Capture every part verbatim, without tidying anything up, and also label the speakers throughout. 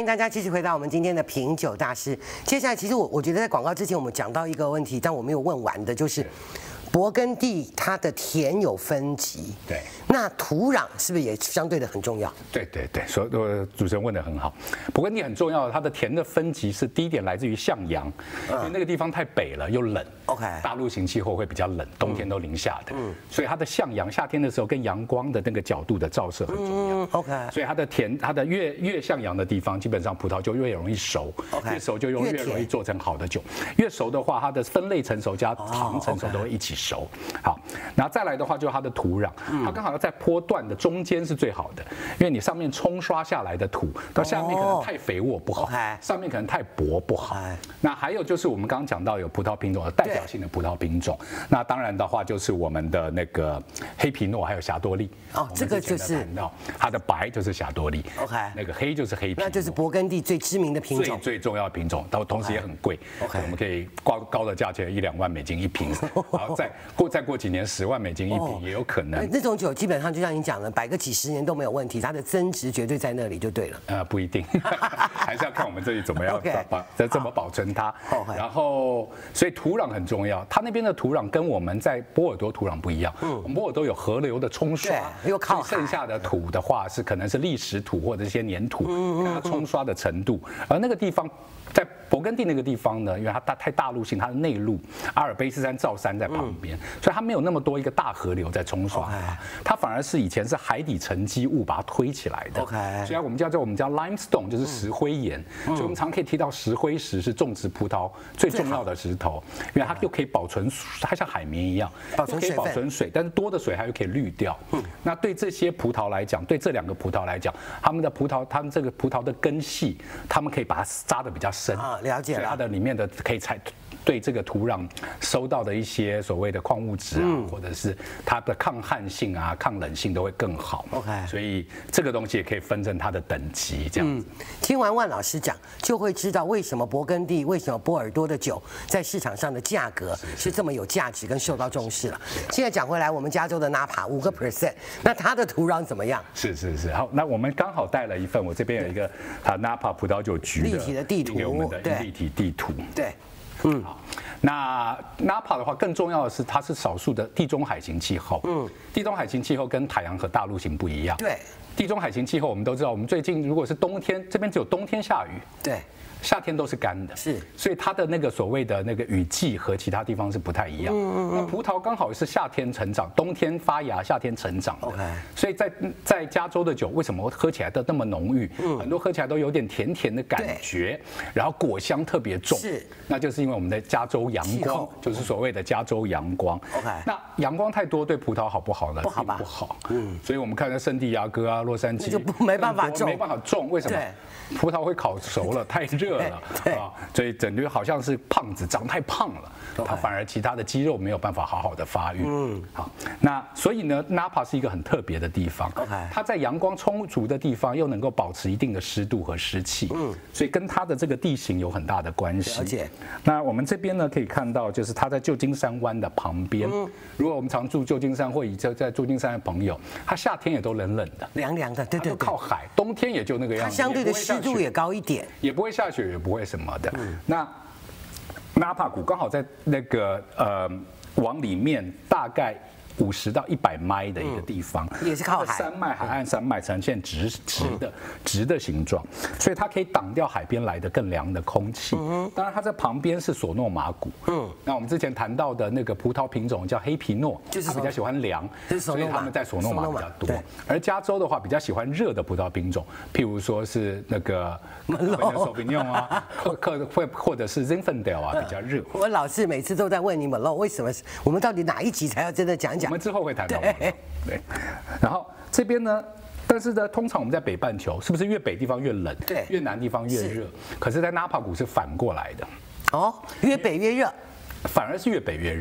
Speaker 1: 迎大家继续回到我们今天的品酒大师。接下来，其实我我觉得在广告之前，我们讲到一个问题，但我没有问完的，就是勃艮第它的田有分级，
Speaker 2: 对，
Speaker 1: 那土壤是不是也相对的很重要？
Speaker 2: 对对对，所以主持人问得很好。勃艮第很重要，它的田的分级是第一点来自于向阳，因为那个地方太北了又冷
Speaker 1: ，OK，
Speaker 2: 大陆型气候会比较冷，冬天都零下的，嗯，所以它的向阳，夏天的时候跟阳光的那个角度的照射很重要，
Speaker 1: 嗯 ，OK，
Speaker 2: 所以它的田，它的越越向阳的地方，基本上葡萄就越容易熟，
Speaker 1: OK，
Speaker 2: 越熟就越容易做成好的酒，越熟的话，它的分类成熟加糖成熟都会一起熟，好。然后再来的话，就是它的土壤，它刚好要在坡段的中间是最好的，因为你上面冲刷下来的土到下面可能太肥沃不好，上面可能太薄不好。那还有就是我们刚刚讲到有葡萄品种的代表性的葡萄品种，那当然的话就是我们的那个黑皮诺还有霞多丽。
Speaker 1: 哦，这个就是
Speaker 2: 谈到它的白就是霞多丽
Speaker 1: ，OK，
Speaker 2: 那个黑就是黑皮诺，
Speaker 1: 那就是勃艮第最知名的品种，
Speaker 2: 最最重要的品种，但同时也很贵。OK， 我们可以高高的价钱一两万美金一瓶，然后再过再过几年十万美金一瓶也有可能。
Speaker 1: 那种酒基本上就像你讲的，摆个几十年都没有问题，它的增值绝对在那里就对了。
Speaker 2: 呃，不一定，还是要看我们这里怎么样保怎怎么保存它。然后，所以土壤很重要。它那边的土壤跟我们在波尔多土壤不一样。嗯，我们波尔多有河流的冲刷，
Speaker 1: 又靠
Speaker 2: 剩下的土的话是可能是砾石土或者一些粘土，看它冲刷的程度。而那个地方。在勃艮第那个地方呢，因为它大太大陆性，它的内陆阿尔卑斯山造山在旁边，所以它没有那么多一个大河流在冲刷它，它反而是以前是海底沉积物把它推起来的。
Speaker 1: OK，
Speaker 2: 所以我们叫做我们叫 limestone， 就是石灰岩，所以我们常可以提到石灰石是种植葡萄最重要的石头，因为它又可以保存，它像海绵一样，又可以保存水，但是多的水它又可以滤掉。那对这些葡萄来讲，对这两个葡萄来讲，它们的葡萄，它们这个葡萄的根系，它们可以把它扎得比较深。
Speaker 1: 啊，了解了。
Speaker 2: 所以它的里面的可以采对这个土壤收到的一些所谓的矿物质啊，嗯、或者是它的抗旱性啊、抗冷性都会更好。
Speaker 1: OK，
Speaker 2: 所以这个东西也可以分成它的等级，这样子。
Speaker 1: 嗯、听完万老师讲，就会知道为什么勃艮第、为什么波尔多的酒在市场上的价格是这么有价值跟受到重视了。现在讲回来，我们加州的纳帕五个 percent， 那它的土壤怎么样？
Speaker 2: 是是是，好，那我们刚好带了一份，我这边有一个啊纳帕葡萄酒局的
Speaker 1: 立体的地图，
Speaker 2: 给我们的立体地图。
Speaker 1: 对。嗯，
Speaker 2: 好，那 Napa 的话，更重要的是它是少数的地中海型气候。嗯，地中海型气候跟海洋和大陆型不一样。
Speaker 1: 对，
Speaker 2: 地中海型气候我们都知道，我们最近如果是冬天，这边只有冬天下雨。
Speaker 1: 对。
Speaker 2: 夏天都是干的，
Speaker 1: 是，
Speaker 2: 所以它的那个所谓的那个雨季和其他地方是不太一样。嗯嗯那葡萄刚好是夏天成长，冬天发芽，夏天成长的。
Speaker 1: OK，
Speaker 2: 所以在在加州的酒为什么喝起来的那么浓郁？嗯，很多喝起来都有点甜甜的感觉，然后果香特别重。
Speaker 1: 是，
Speaker 2: 那就是因为我们的加州阳光，就是所谓的加州阳光。
Speaker 1: OK，
Speaker 2: 那阳光太多对葡萄好不好呢？
Speaker 1: 不好吧？
Speaker 2: 不好。嗯，所以我们看到圣地亚哥啊、洛杉矶
Speaker 1: 就没办法种，
Speaker 2: 没办法种，为什么？葡萄会烤熟了，太热了啊，所以整个好像是胖子长太胖了，它反而其他的肌肉没有办法好好的发育。嗯，好，那所以呢 ，Napa 是一个很特别的地方，它在阳光充足的地方又能够保持一定的湿度和湿气，嗯，所以跟它的这个地形有很大的关系。
Speaker 1: 了解。
Speaker 2: 那我们这边呢可以看到，就是它在旧金山湾的旁边。嗯，如果我们常住旧金山或以在在旧金山的朋友，它夏天也都冷冷的，
Speaker 1: 凉凉的，对对对，
Speaker 2: 靠海，冬天也就那个样子，
Speaker 1: 它相对的湿度也高一点，
Speaker 2: 也不会下雪，也不会什么的。嗯、那纳帕谷刚好在那个呃往里面大概五十到一百迈的一个地方，
Speaker 1: 嗯、也是靠海，
Speaker 2: 山脉海岸山脉呈现直直的、嗯、直的形状，所以它可以挡掉海边来的更凉的空气。嗯、当然，它在旁边是索诺玛谷。嗯，那我们之前谈到的那个葡萄品种叫黑皮诺，
Speaker 1: 就是
Speaker 2: 它比较喜欢凉，所以他们在索诺玛比较多。而加州的话，比较喜欢热的葡萄品种，譬如说是那个索比尼翁啊，或或或者是 Zinfandel 啊，比较热。
Speaker 1: 我老是每次都在问你们喽，为什么我们到底哪一集才要真的讲讲？
Speaker 2: 我们之后会谈到。对，对。然后这边呢，但是呢，通常我们在北半球，是不是越北地方越冷？
Speaker 1: 对，
Speaker 2: 越南地方越热。可是，在纳帕谷是反过来的。
Speaker 1: 哦，越北越热，
Speaker 2: 反而是越北越热。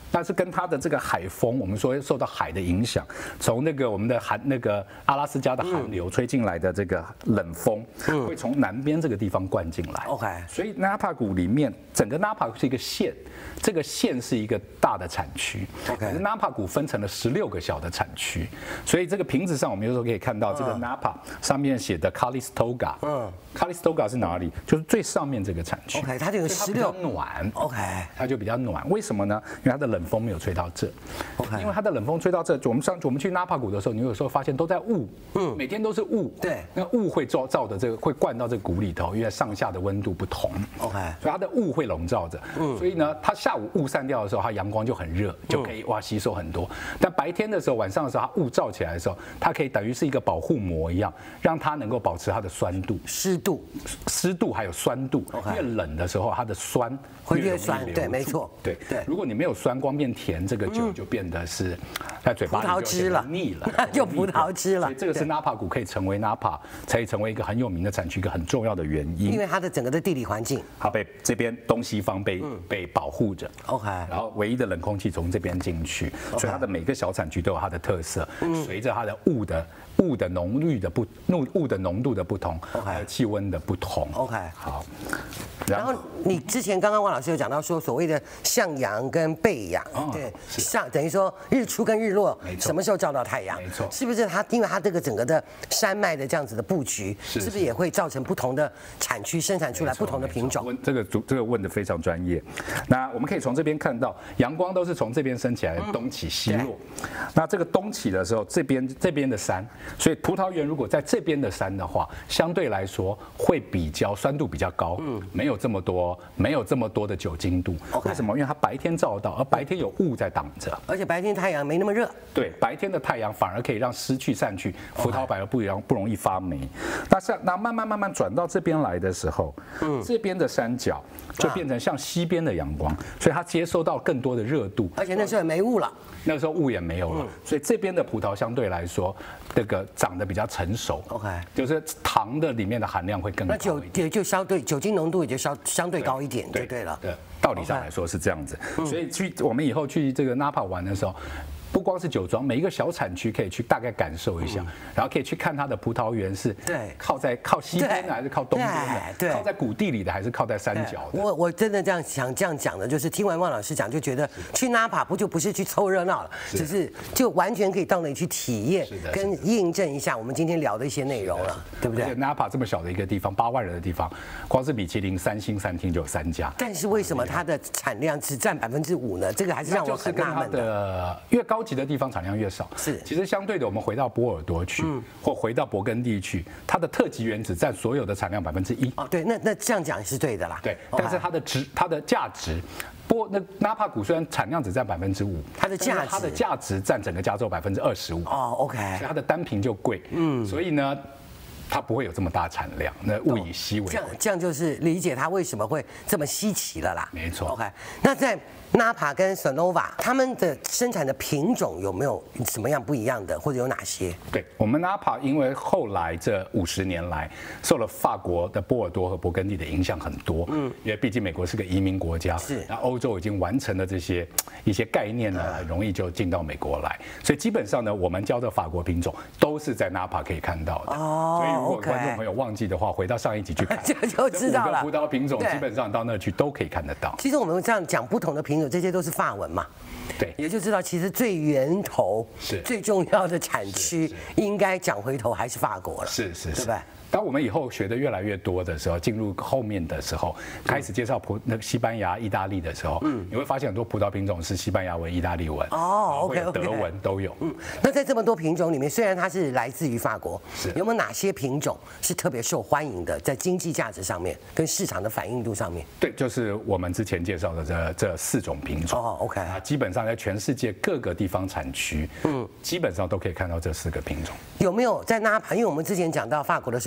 Speaker 2: 但是跟它的这个海风，我们说受到海的影响，从那个我们的寒那个阿拉斯加的寒流吹进来的这个冷风，会从南边这个地方灌进来。
Speaker 1: OK，
Speaker 2: 所以纳帕谷里面整个纳帕是一个县，这个县是一个大的产区。OK，纳帕谷分成了十六个小的产区，所以这个瓶子上我们有时候可以看到这个纳帕上面写的 Calistoga， 嗯 ，Calistoga 是哪里？就是最上面这个产区。
Speaker 1: OK， 它这个十六
Speaker 2: 暖。
Speaker 1: OK，
Speaker 2: 它就比较暖。为什么呢？因为它的冷风没有吹到这。OK， 因为它的冷风吹到这，我们上我们去纳帕谷的时候，你有时候发现都在雾，嗯，每天都是雾。
Speaker 1: 对，
Speaker 2: 那雾会照照的这个会灌到这个谷里头，因为上下的温度不同。
Speaker 1: OK，
Speaker 2: 所以它的雾会笼罩着。嗯，所以呢，它下午雾散掉的时候，它阳光就很热，就可以哇吸收很多。但白天的时候，晚上的时候，它雾罩起来的时候，它可以等于是一个保护膜一样，让它能够保持它的酸度、
Speaker 1: 湿度、
Speaker 2: 湿度还有酸度。越冷的时候，它的酸
Speaker 1: 会越酸。对，没错。
Speaker 2: 对对，如果你没有酸光变甜，这个酒就变得是在嘴巴里
Speaker 1: 葡萄汁了，
Speaker 2: 腻了，
Speaker 1: 就葡萄汁了。
Speaker 2: 所以这个是纳帕谷可以成为纳帕，可以成为一个很有名的产区，一个很重要的原因。
Speaker 1: 因为它的整个的地理环境，
Speaker 2: 它被这边东西方被被保护着。
Speaker 1: OK，
Speaker 2: 然后唯一的冷空气从这边进去，所以它的每个小产区都有它的特色，随着它的雾的。雾的浓郁的不雾雾的浓度的不同，还有气温的不同。
Speaker 1: OK，
Speaker 2: 好。
Speaker 1: 然后你之前刚刚汪老师有讲到说，所谓的向阳跟背阳，对，上等于说日出跟日落什么时候照到太阳？
Speaker 2: 没错，
Speaker 1: 是不是它因为它这个整个的山脉的这样子的布局，是不是也会造成不同的产区生产出来不同的品种？
Speaker 2: 这个这个问得非常专业。那我们可以从这边看到，阳光都是从这边升起来的，东起西落。那这个东起的时候，这边这边的山。所以葡萄园如果在这边的山的话，相对来说会比较酸度比较高，嗯，没有这么多，没有这么多的酒精度。为什么？因为它白天照到，而白天有雾在挡着，
Speaker 1: 而且白天太阳没那么热。
Speaker 2: 对，白天的太阳反而可以让湿气散去，葡萄白而不容不容易发霉。那像那慢慢慢慢转到这边来的时候，嗯，这边的山脚就变成像西边的阳光，所以它接收到更多的热度，
Speaker 1: 而且那时候也没雾了。
Speaker 2: 那时候雾也没有了，所以这边的葡萄相对来说，这个长得比较成熟
Speaker 1: ，OK，
Speaker 2: 就是糖的里面的含量会更高一点，
Speaker 1: 那酒也就相对酒精浓度也就相相对高一点，对对了，
Speaker 2: 对，道理上来说是这样子，所以去我们以后去这个纳帕玩的时候。不光是酒庄，每一个小产区可以去大概感受一下，然后可以去看它的葡萄园是靠在靠西边的还是靠东边的，靠在谷地里的还是靠在山脚的。
Speaker 1: 我我真的这样想这样讲的，就是听完汪老师讲，就觉得去纳帕不就不是去凑热闹了，只是就完全可以到那里去体验跟印证一下我们今天聊的一些内容了，对不对？
Speaker 2: 纳帕这么小的一个地方，八万人的地方，光是米其林三星餐厅就有三家。
Speaker 1: 但是为什么它的产量只占百分之五呢？这个还是让我很纳闷
Speaker 2: 的。越高级的地方产量越少，
Speaker 1: 是。
Speaker 2: 其实相对的，我们回到波尔多去，或回到勃艮第去，它的特级园只占所有的产量百分之一。
Speaker 1: 哦，对，那那这样讲是对的啦。
Speaker 2: 对，但是它的值，它的价值。波那纳帕谷虽然产量只占百分之五，
Speaker 1: 它的价值
Speaker 2: 它的价值占整个加州百分之二十五。
Speaker 1: 哦 ，OK，
Speaker 2: 所以它的单瓶就贵。嗯，所以呢，它不会有这么大产量。那物以稀为贵，
Speaker 1: 这样这样就是理解它为什么会这么稀奇了啦。
Speaker 2: 没错。
Speaker 1: OK， 那在纳帕跟 Sonova 他们的生产的品种有没有什么样不一样的，或者有哪些？
Speaker 2: 对我们纳帕，因为后来这五十年来受了法国的波尔多和勃艮第的影响很多，嗯，因为毕竟美国是个移民国家，
Speaker 1: 是，
Speaker 2: 那欧洲已经完成了这些一些概念呢，很容易就进到美国来，所以基本上呢，我们教的法国品种都是在纳帕可以看到的。哦，所以如果观众朋友忘记的话，回到上一集去看，
Speaker 1: 就就知道了。
Speaker 2: 五个葡萄品种基本上到那去都可以看得到。
Speaker 1: 其实我们这样讲不同的品种，这些都是法文嘛。
Speaker 2: 对，
Speaker 1: 也就知道其实最源头、
Speaker 2: 是
Speaker 1: 最重要的产区，应该讲回头还是法国了。
Speaker 2: 是是是，
Speaker 1: 对不对？
Speaker 2: 当我们以后学的越来越多的时候，进入后面的时候，开始介绍葡那个西班牙、意大利的时候，嗯，你会发现很多葡萄品种是西班牙文、意大利文，
Speaker 1: 哦 ，OK OK，
Speaker 2: 德文都有。
Speaker 1: 嗯，那在这么多品种里面，虽然它是来自于法国，
Speaker 2: 是
Speaker 1: 有没有哪些品种是特别受欢迎的，在经济价值上面跟市场的反应度上面？
Speaker 2: 对，就是我们之前介绍的这这四种品种。
Speaker 1: 哦 ，OK，
Speaker 2: 啊，基本上在全世界各个地方产区，嗯，基本上都可以看到这四个品种。
Speaker 1: 有没有在纳帕？因为我们之前讲到法国的时候，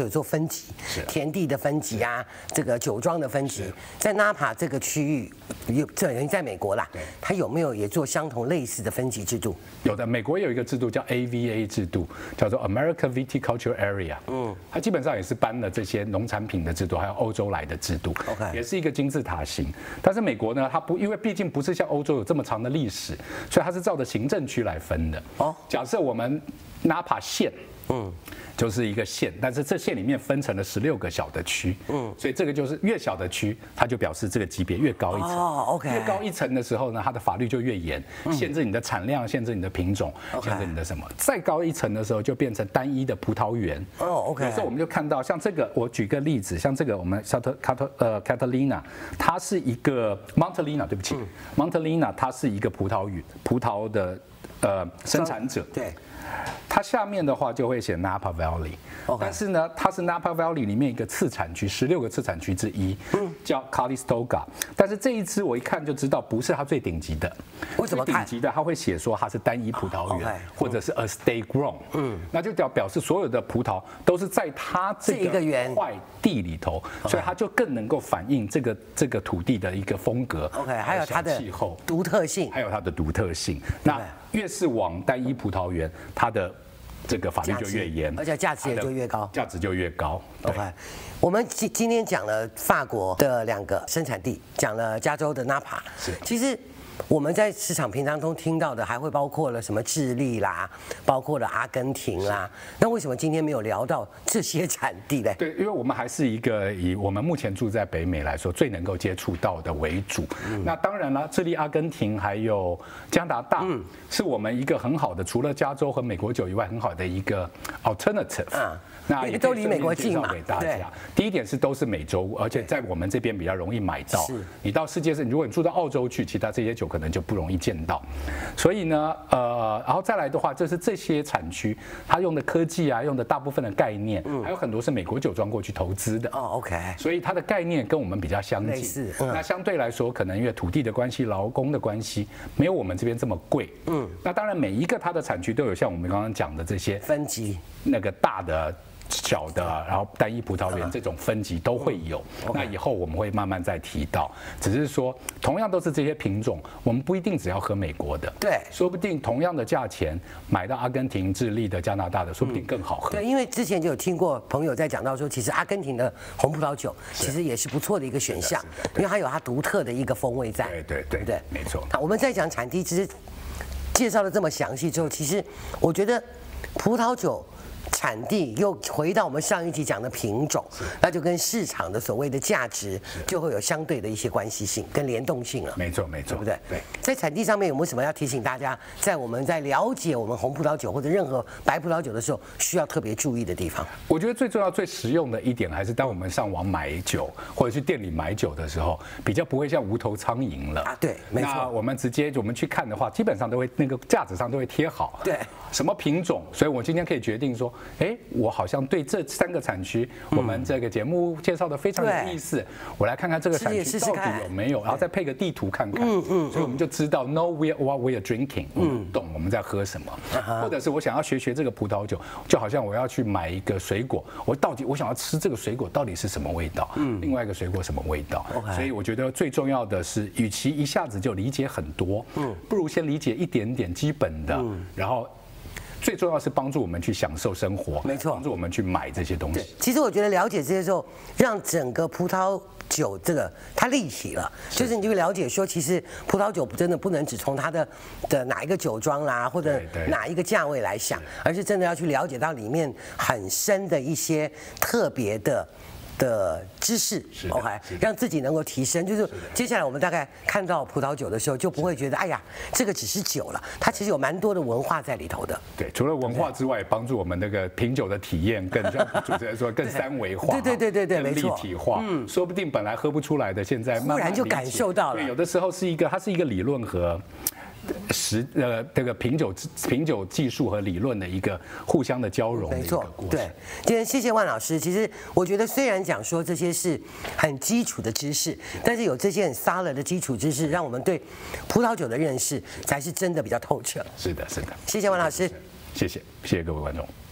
Speaker 1: 做分级，田地的分级啊，这个酒庄的分级，在 Napa 这个区域有，这等于在美国啦，它有没有也做相同类似的分级制度？
Speaker 2: 有的，美国有一个制度叫 A V A 制度，叫做 American Viticulture Area，嗯，它基本上也是搬了这些农产品的制度，还有欧洲来的制度
Speaker 1: ，OK，
Speaker 2: 也是一个金字塔型。但是美国呢，它不，因为毕竟不是像欧洲有这么长的历史，所以它是照着行政区来分的。哦，假设我们 Napa 县。嗯，就是一个县，但是这县里面分成了十六个小的区，嗯，所以这个就是越小的区，它就表示这个级别越高一层。
Speaker 1: 哦 ，OK，
Speaker 2: 越高一层的时候呢，它的法律就越严，限制你的产量，限制你的品种，限制你的什么。再高一层的时候，就变成单一的葡萄园。
Speaker 1: 哦 ，OK，
Speaker 2: 有时候我们就看到像这个，我举个例子，像这个我们 Cato 呃 Catalina， 它是一个 Montelena， 对不起 ，Montelena 它是一个葡萄园，葡萄的呃生产者。
Speaker 1: 对。
Speaker 2: 它下面的话就会写 Napa Valley， 但是呢，它是 Napa Valley 里面一个次产区，十六个次产区之一，叫 Calistoga。但是这一支我一看就知道不是它最顶级的，
Speaker 1: 为什么
Speaker 2: 最顶级的它会写说它是单一葡萄园，或者是 estate grown， 嗯，那就表表示所有的葡萄都是在它这个块地里头，所以它就更能够反映这个这个土地的一个风格
Speaker 1: ，OK， 还有它的
Speaker 2: 气候
Speaker 1: 独特性，
Speaker 2: 还有它的独特性。那越是往单一葡萄园，它的这个法律就越严，
Speaker 1: 而且价值也就越高，
Speaker 2: 价值就越高。
Speaker 1: OK， 我们今今天讲了法国的两个生产地，讲了加州的 Napa，
Speaker 2: 是，
Speaker 1: 其实我们在市场平常中听到的，还会包括了什么智利啦，包括了阿根廷啦。那为什么今天没有聊到这些产地呢？
Speaker 2: 对，因为我们还是一个以我们目前住在北美来说，最能够接触到的为主。嗯、那当然了，智利、阿根廷还有加拿大，嗯、是我们一个很好的，除了加州和美国酒以外，很好的一个 alternative。啊那也
Speaker 1: 都离美国近嘛，
Speaker 2: 给大家。第一点是都是美洲，而且在我们这边比较容易买到。你到世界上，如果你住到澳洲去，其他这些酒可能就不容易见到。所以呢，呃，然后再来的话，就是这些产区，它用的科技啊，用的大部分的概念，嗯、还有很多是美国酒庄过去投资的。
Speaker 1: 哦 ，OK。
Speaker 2: 所以它的概念跟我们比较相近。类似。嗯、那相对来说，可能因为土地的关系、劳工的关系，没有我们这边这么贵。嗯。那当然，每一个它的产区都有像我们刚刚讲的这些
Speaker 1: 分级，
Speaker 2: 那个大的。小的，然后单一葡萄园这种分级都会有。那以后我们会慢慢再提到，只是说同样都是这些品种，我们不一定只要喝美国的，
Speaker 1: 对，
Speaker 2: 说不定同样的价钱买到阿根廷、智利的、加拿大的，说不定更好喝。
Speaker 1: 对，因为之前就有听过朋友在讲到说，其实阿根廷的红葡萄酒其实也是不错的一个选项，因为它有它独特的一个风味在。
Speaker 2: 对对对对，没错。
Speaker 1: 好，我们在讲产地，其实介绍的这么详细之后，其实我觉得葡萄酒。产地又回到我们上一集讲的品种，那就跟市场的所谓的价值就会有相对的一些关系性跟联动性了。
Speaker 2: 没错，没错，
Speaker 1: 对不对？
Speaker 2: 对。
Speaker 1: 在产地上面有没有什么要提醒大家，在我们在了解我们红葡萄酒或者任何白葡萄酒的时候，需要特别注意的地方？
Speaker 2: 我觉得最重要、最实用的一点，还是当我们上网买酒或者去店里买酒的时候，比较不会像无头苍蝇了
Speaker 1: 啊。对，没错。
Speaker 2: 那我们直接我们去看的话，基本上都会那个架子上都会贴好。
Speaker 1: 对。
Speaker 2: 什么品种？所以我今天可以决定说，哎，我好像对这三个产区，嗯、我们这个节目介绍的非常有意思。我来看看这个产区到底有没有，然后再配个地图看看。嗯嗯。所以我们就知道 know where what we are drinking， 我们懂我们在喝什么。嗯、或者是我想要学学这个葡萄酒，就好像我要去买一个水果，我到底我想要吃这个水果到底是什么味道？嗯。另外一个水果什么味道？所以我觉得最重要的是，与其一下子就理解很多，嗯，不如先理解一点点基本的，嗯、然后。最重要是帮助我们去享受生活，
Speaker 1: 没错，
Speaker 2: 帮助我们去买这些东西。
Speaker 1: 其实我觉得了解这些之后，让整个葡萄酒这个它立体了，就是你就会了解说，其实葡萄酒真的不能只从它的的哪一个酒庄啦，或者哪一个价位来想，而是真的要去了解到里面很深的一些特别的。的知识 ，OK， 让自己能够提升。就是接下来我们大概看到葡萄酒的时候，就不会觉得哎呀，这个只是酒了，它其实有蛮多的文化在里头的。
Speaker 2: 对，除了文化之外，帮助我们那个品酒的体验更像主持人说更三维化，
Speaker 1: 对对对对对，
Speaker 2: 更立体化。嗯，说不定本来喝不出来的，现在慢慢
Speaker 1: 忽然就感受到了。
Speaker 2: 对，有的时候是一个，它是一个理论和。实呃，这个品酒品酒技术和理论的一个互相的交融的一个过程。
Speaker 1: 对，今天谢谢万老师。其实我觉得虽然讲说这些是很基础的知识，但是有这些很 solid 的基础知识，让我们对葡萄酒的认识才是真的比较透彻。
Speaker 2: 是的，是的。
Speaker 1: 谢谢万老师。
Speaker 2: 谢谢，谢谢各位观众。